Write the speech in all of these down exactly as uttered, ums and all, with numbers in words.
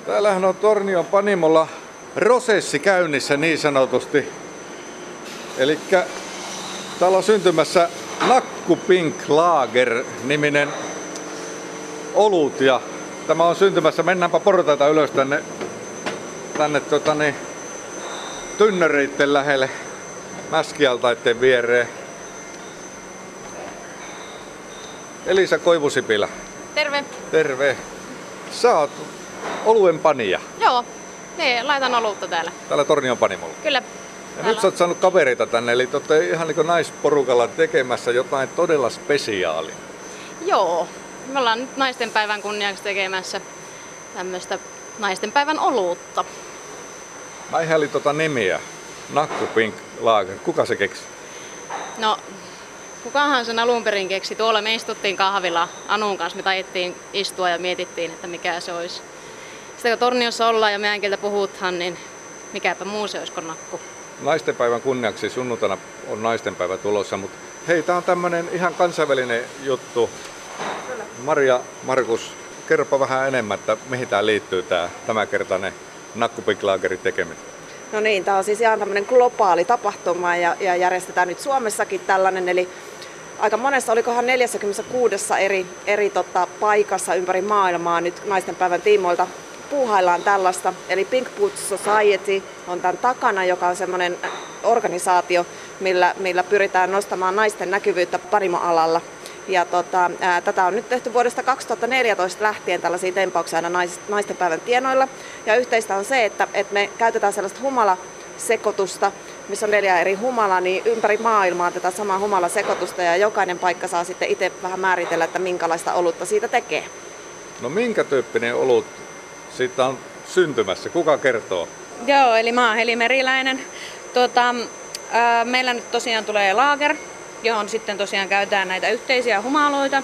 Täällähän on Tornion Panimolla prosessi käynnissä niin sanotusti. Elikkä täällä on syntymässä Nakku Pink Lager-niminen olut ja tämä on syntymässä. Mennäänpä portaita ylös tänne, tänne tota niin, tynnyreitten lähelle mäskialtaiden viereen. Elisa Koivusipilä. Terve. Terve. Sä oot oluen panija. Joo, nee, laitan olutta täällä. Täällä Tornion Panimolla. Kyllä. Ja nyt sä oot saanut kavereita tänne, eli te ootte ihan niin naisporukalla tekemässä jotain todella spesiaalia. Joo, me ollaan nyt naistenpäivän kunniaksi tekemässä tämmöistä naistenpäivän olutta. Mä ihailin tota nimiä, Nakku Pink Lager. Kuka se keksi? No, kukahan sen alun perin keksi? Tuolla me istuttiin kahvilla Anun kanssa, me taidettiin istua ja mietittiin, että mikä se olisi. Sitten kun Torniossa ollaan ja meidän kieltä puhuthan, niin mikäpä muu se olisi kuin nakku. Naistenpäivän kunniaksi sunnuntaina on naistenpäivä tulossa, mutta hei, tää on tämmönen ihan kansainvälinen juttu. Maria, Markus, kerropa vähän enemmän, että mihin tää liittyy tää tämänkertainen Nakku Pink Lagerin tekeminen. No niin, tämä on siis ihan tämmöinen globaali tapahtuma ja, ja järjestetään nyt Suomessakin tällainen, eli aika monessa, olikohan neljässäkymmenessäkuudessa eri, eri tota, paikassa ympäri maailmaa nyt naistenpäivän tiimoilta puuhaillaan tällaista. Eli Pink Boots Society on tämän takana, joka on semmoinen organisaatio, millä, millä pyritään nostamaan naisten näkyvyyttä panimoalalla. Ja tota, ää, tätä on nyt tehty vuodesta kaksituhattaneljätoista lähtien tällaisia tempauksia aina nais, naistenpäivän tienoilla. Ja yhteistä on se, että, että me käytetään sellaista humalasekoitusta, missä on neljä eri humalaa, niin ympäri maailmaa tätä samaa humalasekoitusta ja jokainen paikka saa sitten itse vähän määritellä, että minkälaista olutta siitä tekee. No minkä tyyppinen olut siitä on syntymässä? Kuka kertoo? Joo, eli mä oon Heli Meriläinen. Tuota, ää, meillä nyt tosiaan tulee lager, johon sitten tosiaan käytetään näitä yhteisiä humaloita.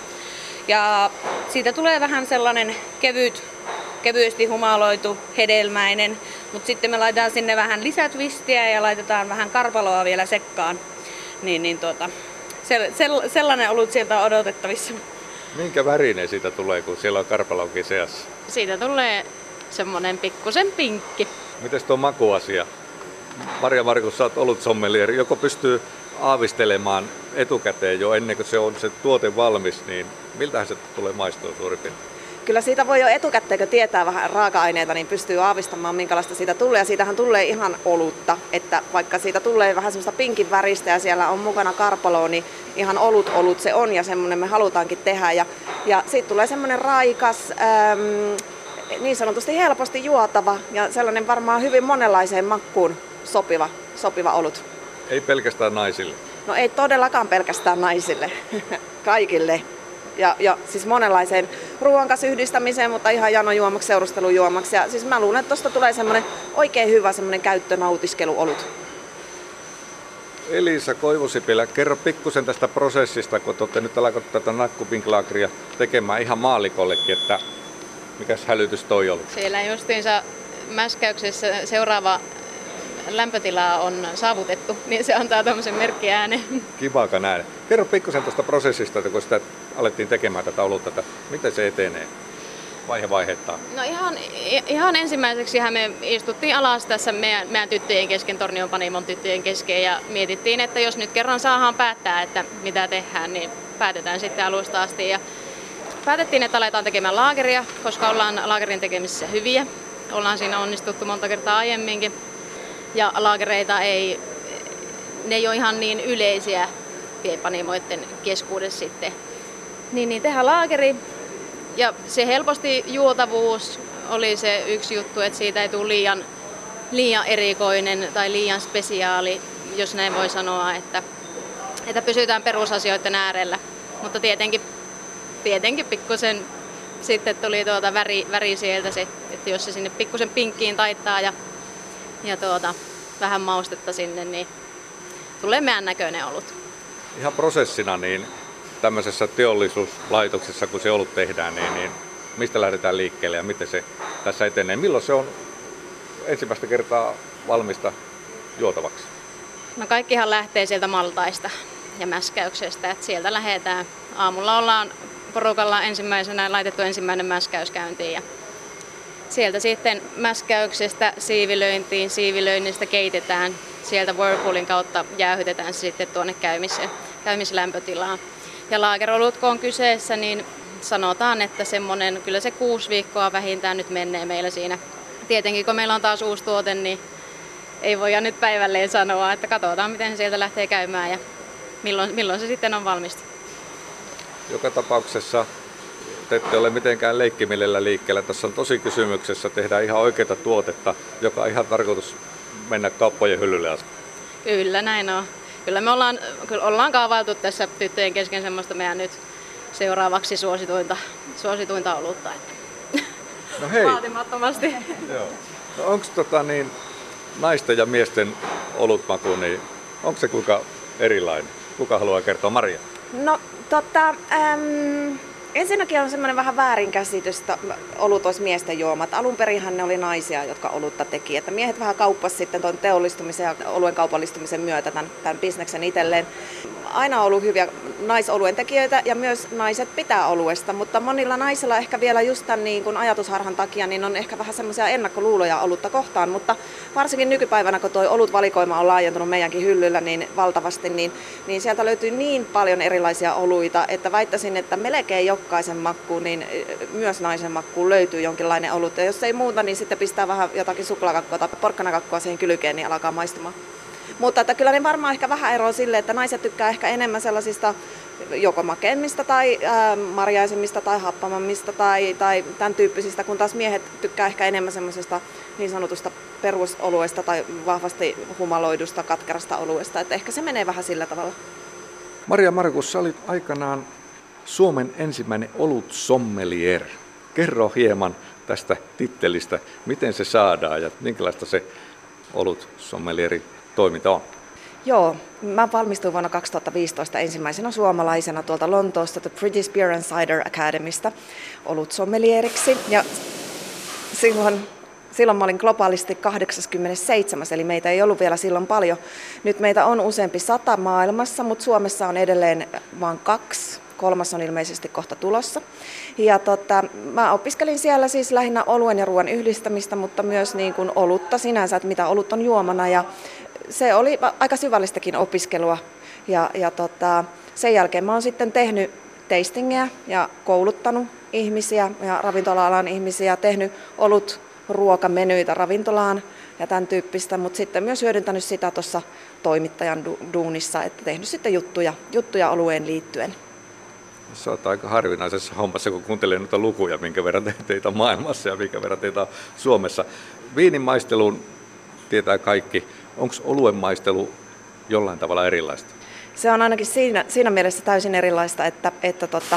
Ja siitä tulee vähän sellainen kevyt, kevyesti humaloitu, hedelmäinen, mutta sitten me laitetaan sinne vähän lisätwistiä ja laitetaan vähän karpaloa vielä sekkaan. Niin, niin tuota, se, se, sellainen olut sieltä on odotettavissa. Minkä värinen siitä tulee, kun siellä on karpalonkin seassa? Siitä tulee semmonen pikkusen pinkki. Mites tuo makuasia? Maria Markus, sä oot ollut sommelieri. Joko pystyy aavistelemaan etukäteen jo ennen kuin se on se tuote valmis, niin miltähän se tulee maistua suurin piirtein? Kyllä siitä voi jo etukäteen, kun tietää vähän raaka-aineita, niin pystyy aavistamaan, minkälaista siitä tulee. Ja siitähän tulee ihan olutta, että vaikka siitä tulee vähän semmoista pinkin väristä ja siellä on mukana karpaloa, niin ihan olut olut se on ja semmoinen me halutaankin tehdä. Ja, ja siitä tulee semmoinen raikas, äm, niin sanotusti helposti juotava ja sellainen varmaan hyvin monenlaiseen makkuun sopiva, sopiva olut. Ei pelkästään naisille. No ei todellakaan pelkästään naisille, kaikille. Ja, ja siis monenlaiseen ruoan kanssa yhdistämiseen, mutta ihan janojuomaksi, seurustelujuomaksi. Ja siis mä luulen, että tosta tulee semmoinen oikein hyvä semmoinen käyttönautiskeluolut. Elisa Koivusipilä, kerro pikkusen tästä prosessista, kun te olette nyt alkanut tätä Nakku Pink Lageria tekemään ihan maalikollekin, että mikäs hälytys toi ollut? Siellä justiinsa mäskäyksessä seuraava lämpötila on saavutettu, niin se antaa tämmöisen merkkiäänen. Kivaka näin. Kerro pikkusen tuosta prosessista, että kun sitä alettiin tekemään tätä olutta, että miten se etenee vaihe vaiheittain? No ihan, ihan ensimmäiseksihän me istuttiin alas tässä meidän, meidän tyttöjen kesken, Tornion Panimon tyttöjen kesken ja mietittiin, että jos nyt kerran saadaan päättää, että mitä tehdään, niin päätetään sitten alusta asti. Ja päätettiin, että aletaan tekemään laageria, koska ollaan laagerin tekemisessä hyviä. Ollaan siinä onnistuttu monta kertaa aiemminkin. Ja laagereita ei, ne ei ole ihan niin yleisiä pienpanimoiden keskuudessa sitten. Niin, niin tehdään laageri. Ja se helposti juotavuus oli se yksi juttu, että siitä ei tule liian, liian erikoinen tai liian spesiaali, jos näin voi sanoa, että, että pysytään perusasioiden äärellä. Mutta tietenkin, tietenkin pikkusen sitten tuli tuota väri, väri sieltä se, että jos se sinne pikkusen pinkkiin taittaa ja ja tuota, vähän maustetta sinne, niin tulee meidän näköinen olut. Ihan prosessina, niin tämmöisessä teollisuuslaitoksessa, kun se olut tehdään, niin, niin mistä lähdetään liikkeelle ja miten se tässä etenee? Milloin se on ensimmäistä kertaa valmista juotavaksi? No kaikkihan lähtee sieltä maltaista ja mäskäyksestä, että sieltä lähdetään. Aamulla ollaan porukalla ensimmäisenä laitettu ensimmäinen mäskäys käyntiin ja sieltä sitten mäskäyksestä siivilöintiin, siivilöinnistä keitetään, sieltä Whirlpoolin kautta jäähytetään se sitten tuonne käymiseen, käymislämpötilaan. Ja laagerolut kun on kyseessä, niin sanotaan, että semmoinen, kyllä se kuusi viikkoa vähintään nyt menee meillä siinä. Tietenkin kun meillä on taas uusi tuote, niin ei voida nyt päivälleen sanoa, että katsotaan miten se sieltä lähtee käymään ja milloin, milloin se sitten on valmista. Joka tapauksessa te ette ole mitenkään leikkimillellä liikkeellä. Tässä on tosi kysymyksessä, tehdään ihan oikeaa tuotetta, joka on ihan tarkoitus mennä kauppojen hyllylle asti. Kyllä näin on. Kyllä me ollaan, kyllä ollaan kaavailtu tässä tyttöjen kesken semmoista meidän nyt seuraavaksi suosituinta, suosituinta olutta. No hei. Vaatimattomasti. Joo. No onko tota niin, naisten ja miesten olutmaku, niin onko se kuinka erilainen? Kuka haluaa kertoa? Maria? No tota, äm, ensinnäkin on semmoinen vähän väärinkäsitys, että olut olisi miesten juomat. Alun perinhän ne oli naisia, jotka olutta teki. Että miehet vähän kauppasi sitten tuon teollistumisen ja oluen kaupallistumisen myötä tämän, tämän bisneksen itselleen. Aina on ollut hyviä naisoluen tekijöitä ja myös naiset pitää oluesta, mutta monilla naisilla ehkä vielä just tämän niin kuin ajatusharhan takia niin on ehkä vähän semmoisia ennakkoluuloja olutta kohtaan, mutta varsinkin nykypäivänä, kun tuo olutvalikoima on laajentunut meidänkin hyllyllä niin valtavasti, niin, niin sieltä löytyy niin paljon erilaisia oluita, että väittäisin, että melkein jokaisen makkuun, niin myös naisen makkuun löytyy jonkinlainen olut. Ja jos ei muuta, niin sitten pistää vähän jotakin suklaakakkoa tai porkkanakakkoa siihen kylkeen, niin alkaa maistumaan. Mutta että kyllä ne varmaan ehkä vähän eroa sille, että naiset tykkää ehkä enemmän sellaisista joko makeimmista tai ää, marjaisemmista tai happamammista tai, tai tämän tyyppisistä, kun taas miehet tykkää ehkä enemmän semmoisesta niin sanotusta perusoluesta tai vahvasti humaloidusta katkerasta oluesta. Että ehkä se menee vähän sillä tavalla. Maria Markus, sä olit aikanaan Suomen ensimmäinen olut sommelier. Kerro hieman tästä tittelistä, miten se saadaan ja minkälaista se olut sommelieri toiminta on. Joo, mä valmistuin vuonna kaksituhattaviisitoista ensimmäisenä suomalaisena tuolta Lontoosta The British Beer and Cider Academysta olut sommelieriksi. Ja silloin, silloin mä olin globaalisti kahdeksankymmentäseitsemän, eli meitä ei ollut vielä silloin paljon. Nyt meitä on useampi sata maailmassa, mutta Suomessa on edelleen vain kaksi. Kolmas on ilmeisesti kohta tulossa. Ja tota, mä opiskelin siellä siis lähinnä oluen ja ruoan yhdistämistä, mutta myös niin kuin olutta sinänsä, että mitä olut on juomana. Ja se oli aika syvällistäkin opiskelua. Ja, ja tota, sen jälkeen mä oon sitten tehnyt tastingia ja kouluttanut ihmisiä ja ravintola-alan ihmisiä, tehnyt olut ruokamenyitä ravintolaan ja tämän tyyppistä, mutta sitten myös hyödyntänyt sitä tuossa toimittajan duunissa, että tehnyt sitten juttuja, juttuja olueen liittyen. Sä oot aika harvinaisessa hommassa, kun kuuntelee noita lukuja, minkä verran teitä on maailmassa ja minkä verran teitä on Suomessa. Viinin maisteluun tietää kaikki. Onko oluen maistelu jollain tavalla erilaista? Se on ainakin siinä, siinä mielessä täysin erilaista, että, että, tota,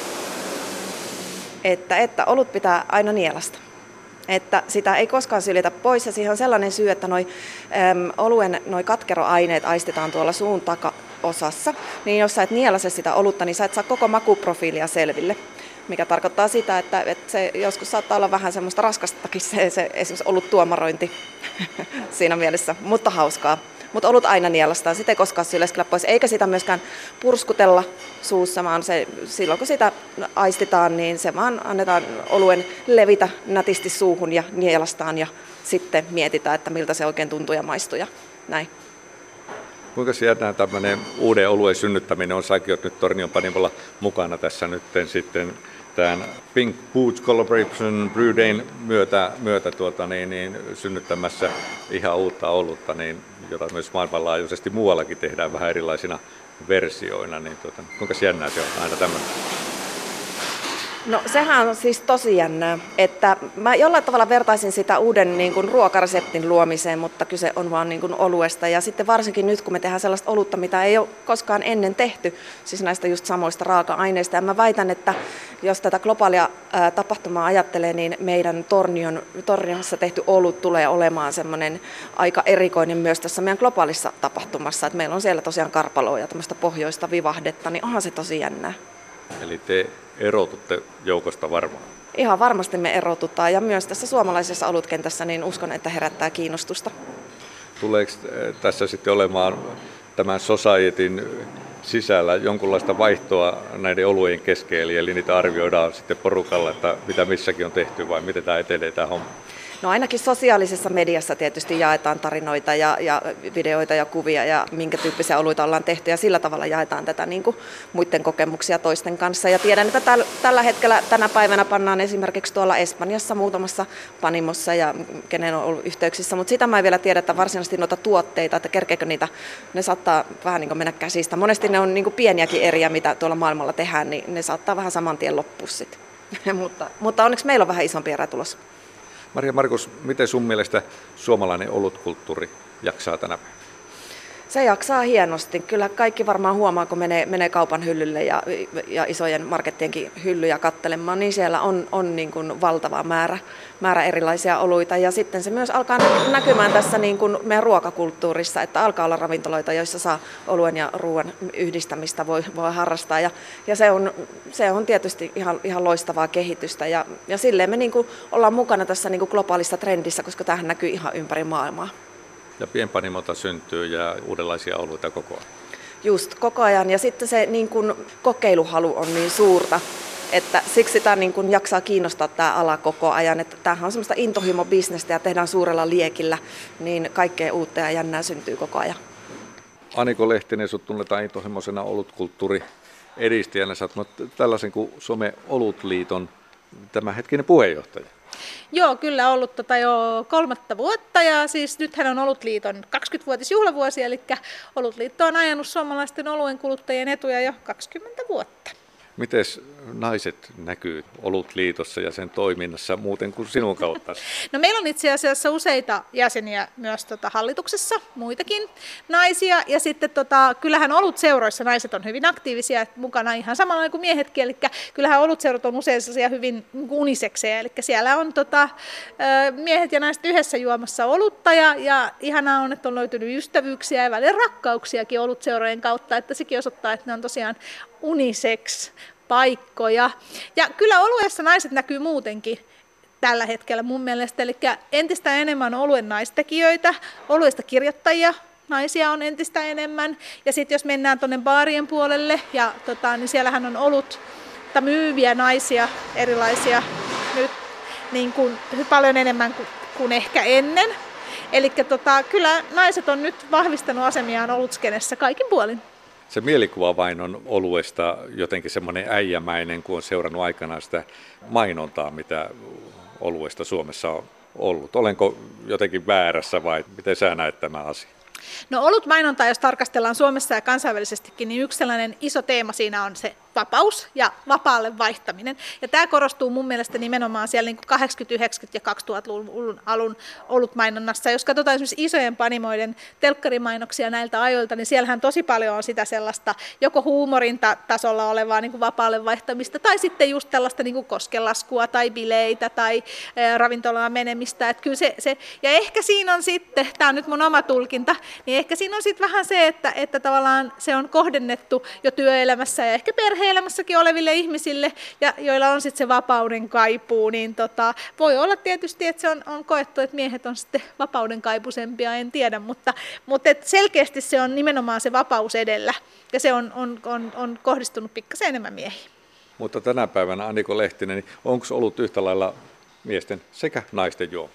että, että olut pitää aina nielasta. Että sitä ei koskaan syljitä pois ja siihen on sellainen syy, että noi, äm, oluen noi katkeroaineet aistetaan tuolla suun takaosassa, niin jos sä et nielase sitä olutta, niin sä et saa koko makuprofiilia selville, mikä tarkoittaa sitä, että, että se joskus saattaa olla vähän semmoista raskastakin se, se esimerkiksi olut tuomarointi siinä mielessä, mutta hauskaa. Mutta olut aina nielastaan, sitä ei koskaan syljeskellä pois, eikä sitä myöskään purskutella suussa, vaan se, silloin kun sitä aistitaan, niin se vaan annetaan oluen levitä nätisti suuhun ja nielastaan ja sitten mietitään, että miltä se oikein tuntuu ja maistuu ja näin. Kuinka sieltä tämmöinen uuden oluen synnyttäminen on? Säkin olet nyt Tornion Panimolla mukana tässä nyt sitten tämän Pink Boots Collaboration Brewdayn myötä, myötä tuota, niin, niin, synnyttämässä ihan uutta olutta, niin, jota myös maailmanlaajuisesti muuallakin tehdään vähän erilaisina versioina. Niin, tuota, kuinka jännää se on aina tämmöinen? No sehän on siis tosi jännää, että mä jollain tavalla vertaisin sitä uuden niin kuin ruokareseptin luomiseen, mutta kyse on vaan niin kuin oluesta. Ja sitten varsinkin nyt, kun me tehdään sellaista olutta, mitä ei ole koskaan ennen tehty, siis näistä just samoista raaka-aineista. Ja mä väitän, että jos tätä globaalia ää, tapahtumaa ajattelee, niin meidän Tornion, Torniossa tehty olut tulee olemaan semmoinen aika erikoinen myös tässä meidän globaalissa tapahtumassa. Että meillä on siellä tosiaan karpaloa ja tämmöistä pohjoista vivahdetta, niin onhan se tosi jännää. Eli te erotutte joukosta varmaan? Ihan varmasti me erotutaan ja myös tässä suomalaisessa olutkentässä niin uskon, että herättää kiinnostusta. Tuleeko tässä sitten olemaan tämän Societyn sisällä jonkunlaista vaihtoa näiden olujen kesken, eli niitä arvioidaan sitten porukalla, että mitä missäkin on tehty vai miten tämä etenee tämä homma? No ainakin sosiaalisessa mediassa tietysti jaetaan tarinoita ja, ja videoita ja kuvia ja minkä tyyppisiä oluita ollaan tehty ja sillä tavalla jaetaan tätä niin kuin muiden kokemuksia toisten kanssa. Ja tiedän, että täl, tällä hetkellä tänä päivänä pannaan esimerkiksi tuolla Espanjassa muutamassa panimossa ja kenen on ollut yhteyksissä, mutta sitä mä en vielä tiedä, että varsinaisesti noita tuotteita, että kerkeekö niitä, ne saattaa vähän niin kuin mennä käsistä. Monesti ne on niin kuin pieniäkin eriä, mitä tuolla maailmalla tehdään, niin ne saattaa vähän saman tien loppua sitten. mutta, mutta onneksi meillä on vähän isompi erä tulossa. Maria Markus, miten sun mielestä suomalainen olutkulttuuri jaksaa tänä päivänä? Se jaksaa hienosti. Kyllä kaikki varmaan huomaa, kun menee, menee kaupan hyllylle ja, ja isojen markettienkin hyllyjä katselemaan, niin siellä on, on niin kuin valtava määrä, määrä erilaisia oluita. Ja sitten se myös alkaa näkymään tässä niin kuin meidän ruokakulttuurissa, että alkaa olla ravintoloita, joissa saa oluen ja ruoan yhdistämistä voi, voi harrastaa. Ja, ja se, on, se on tietysti ihan, ihan loistavaa kehitystä. Ja, ja silleen me niin kuin ollaan mukana tässä niin kuin globaalissa trendissä, koska tämähän näkyy ihan ympäri maailmaa. Ja pienpanimota syntyy ja uudenlaisia oluita koko ajan. Just, koko ajan. Ja sitten se niin kun, kokeiluhalu on niin suurta, että siksi tämä niin kun, jaksaa kiinnostaa tämä ala koko ajan. Että tämähän on semmoista intohimo-bisnestä ja tehdään suurella liekillä, niin kaikkea uutta ja jännää syntyy koko ajan. Aniko Lehtinen, sut tunnetaan intohimoisena olutkulttuuri edistäjänä. Sä oot tällaisen kuin Suomen Olutliiton tämänhetkinen puheenjohtaja. Joo, kyllä ollut tota jo kolmatta vuotta ja siis nythän on Olutliiton kaksikymmenvuotisjuhlavuosi, eli Olutliitto on ajanut suomalaisten oluen kuluttajien etuja jo kaksikymmentä vuotta. Miten naiset näkyy Olutliitossa ja sen toiminnassa muuten kuin sinun kautta? No meillä on itse asiassa useita jäseniä myös tota hallituksessa, muitakin naisia. Ja sitten tota, kyllähän olutseuroissa naiset on hyvin aktiivisia mukana ihan samalla kuin miehetkin. Eli kyllähän olutseurat on usein sellaisia hyvin uniseksejä. Eli siellä on tota, miehet ja naiset yhdessä juomassa olutta ja, ja ihanaa on, että on löytynyt ystävyyksiä ja välillä rakkauksiakin olutseurojen kautta. Että sekin osoittaa, että ne on tosiaan unisex-paikkoja. Ja kyllä oluessa naiset näkyy muutenkin tällä hetkellä mun mielestä. Eli entistä enemmän oluen naistekijöitä, oluesta kirjoittajia, naisia on entistä enemmän. Ja sitten jos mennään tuonne baarien puolelle, ja, tota, niin siellähän on olut myyviä naisia erilaisia nyt niin kuin, paljon enemmän kuin, kuin ehkä ennen. Eli tota, kyllä naiset on nyt vahvistanut asemiaan olutskenessä kaikin puolin. Se mielikuva vain on oluesta jotenkin semmoinen äijämäinen, kun on seurannut aikanaan sitä mainontaa, mitä oluesta Suomessa on ollut. Olenko jotenkin väärässä vai miten sä näet tämän asian? No olutmainontaa, jos tarkastellaan Suomessa ja kansainvälisestikin, niin yksi sellainen iso teema siinä on se vapaus ja vapaalle vaihtaminen. Ja tämä korostuu mun mielestä nimenomaan siellä niin kuin kahdeksankymmentä-, yhdeksänkymmentä- ja kaksituhattaluvun alun olutmainonnassa. Jos katsotaan esimerkiksi isojen panimoiden telkkarimainoksia näiltä ajoilta, niin siellähän tosi paljon on sitä sellaista joko huumorin tasolla olevaa niin kuin vapaalle vaihtamista, tai sitten just tällaista niin kuin koskelaskua tai bileitä tai ä, ravintolaan menemistä. Et kyllä se, se, ja ehkä siinä on sitten, tämä on nyt mun oma tulkinta, niin ehkä siinä on sitten vähän se, että, että tavallaan se on kohdennettu jo työelämässä ja ehkä perhe-elämässäkin oleville ihmisille, ja joilla on sitten se vapauden kaipuu, niin tota, voi olla tietysti, että se on, on koettu, että miehet on sitten vapauden kaipuisempia, en tiedä, mutta, mutta et selkeästi se on nimenomaan se vapaus edellä, ja se on, on, on, on kohdistunut pikkasen enemmän miehiin. Mutta tänä päivänä, Aniko Lehtinen, niin onko ollut yhtä lailla miesten sekä naisten juoma?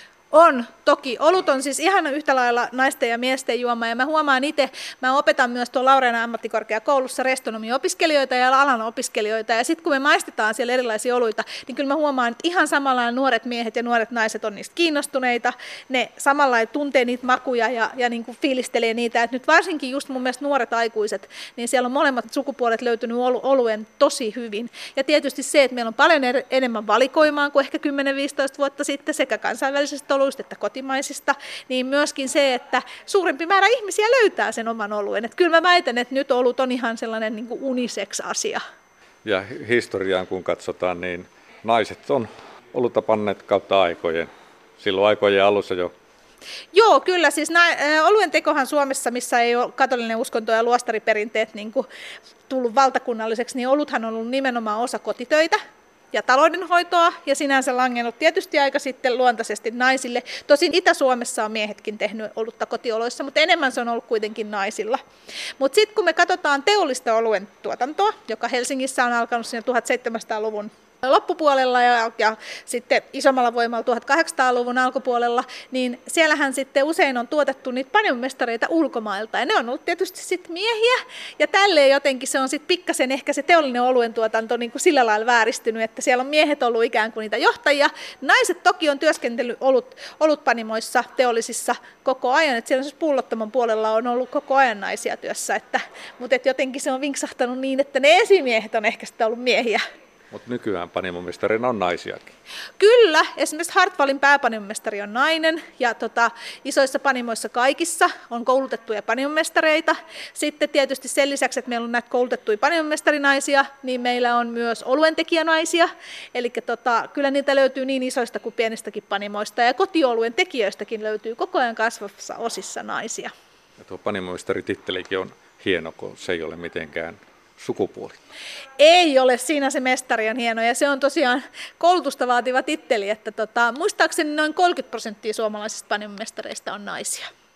On, toki. Olut on siis ihan yhtä lailla naisten ja miesten juoma, ja mä huomaan itse, mä opetan myös tuolla Laureana ammattikorkeakoulussa restonomiopiskelijoita ja alan opiskelijoita, ja sitten kun me maistetaan siellä erilaisia oluita, niin kyllä mä huomaan, että ihan samalla nuoret miehet ja nuoret naiset on niistä kiinnostuneita, ne samalla tuntee niitä makuja ja, ja niin kuin fiilistelee niitä, että nyt varsinkin just mun mielestä nuoret aikuiset, niin siellä on molemmat sukupuolet löytynyt oluen tosi hyvin, ja tietysti se, että meillä on paljon er, enemmän valikoimaa kuin ehkä kymmenen viisitoista vuotta sitten sekä kansainvälisestä oluista että kotimaisista, niin myöskin se, että suurempi määrä ihmisiä löytää sen oman oluen. Että kyllä mä väitän, että nyt olut on ihan sellainen niin kuin unisex-asia. Ja historiaan kun katsotaan, niin naiset on olutta panneet kautta aikojen. Silloin aikojen alussa jo. Joo, kyllä. Siis nä- oluen tekohan Suomessa, missä ei ole katolinen uskonto ja luostariperinteet niin kuin tullut valtakunnalliseksi, niin oluthan on ollut nimenomaan osa kotitöitä. ja taloudenhoitoa ja sinänsä langennut tietysti aika sitten luontaisesti naisille. Tosin Itä-Suomessa on miehetkin tehnyt olutta kotioloissa, mutta enemmän se on ollut kuitenkin naisilla. Mutta sitten kun me katsotaan teollista oluen tuotantoa, joka Helsingissä on alkanut siinä tuhatseitsemänsataaluvun loppupuolella ja, ja sitten isommalla voimalla tuhatkahdeksansataaluvun alkupuolella, niin siellähän sitten usein on tuotettu niitä panimomestareita ulkomailta. Ja ne on ollut tietysti sitten miehiä, ja tälleen jotenkin se on sitten pikkasen ehkä se teollinen oluen tuotanto niin kuin sillä lailla vääristynyt, että siellä on miehet ollut ikään kuin niitä johtajia. Naiset toki on työskennellyt olut, olutpanimoissa teollisissa koko ajan, että siellä siis pullottamon puolella on ollut koko ajan naisia työssä, että, mutta et jotenkin se on vinksahtanut niin, että ne esimiehet on ehkä sitten ollut miehiä. Mutta nykyään panimomestarina on naisiakin. Kyllä, esimerkiksi Hartwallin pääpanimomestari on nainen ja tota, isoissa panimoissa kaikissa on koulutettuja panimomestareita. Sitten tietysti sen lisäksi, että meillä on näitä koulutettuja panimomestarinaisia, niin meillä on myös oluentekijänaisia. Eli tota, kyllä niitä löytyy niin isoista kuin pienistäkin panimoista ja kotioluen tekijöistäkin löytyy koko ajan kasvavassa osissa naisia. Ja tuo panimomestaritittelikin on hieno, kun se ei ole mitenkään sukupuoli. Ei ole, siinä se mestari on hieno ja se on tosiaan koulutusta vaativa titteli, että tota, muistaakseni noin kolmekymmentä prosenttia suomalaisista panimomestareista on naisia.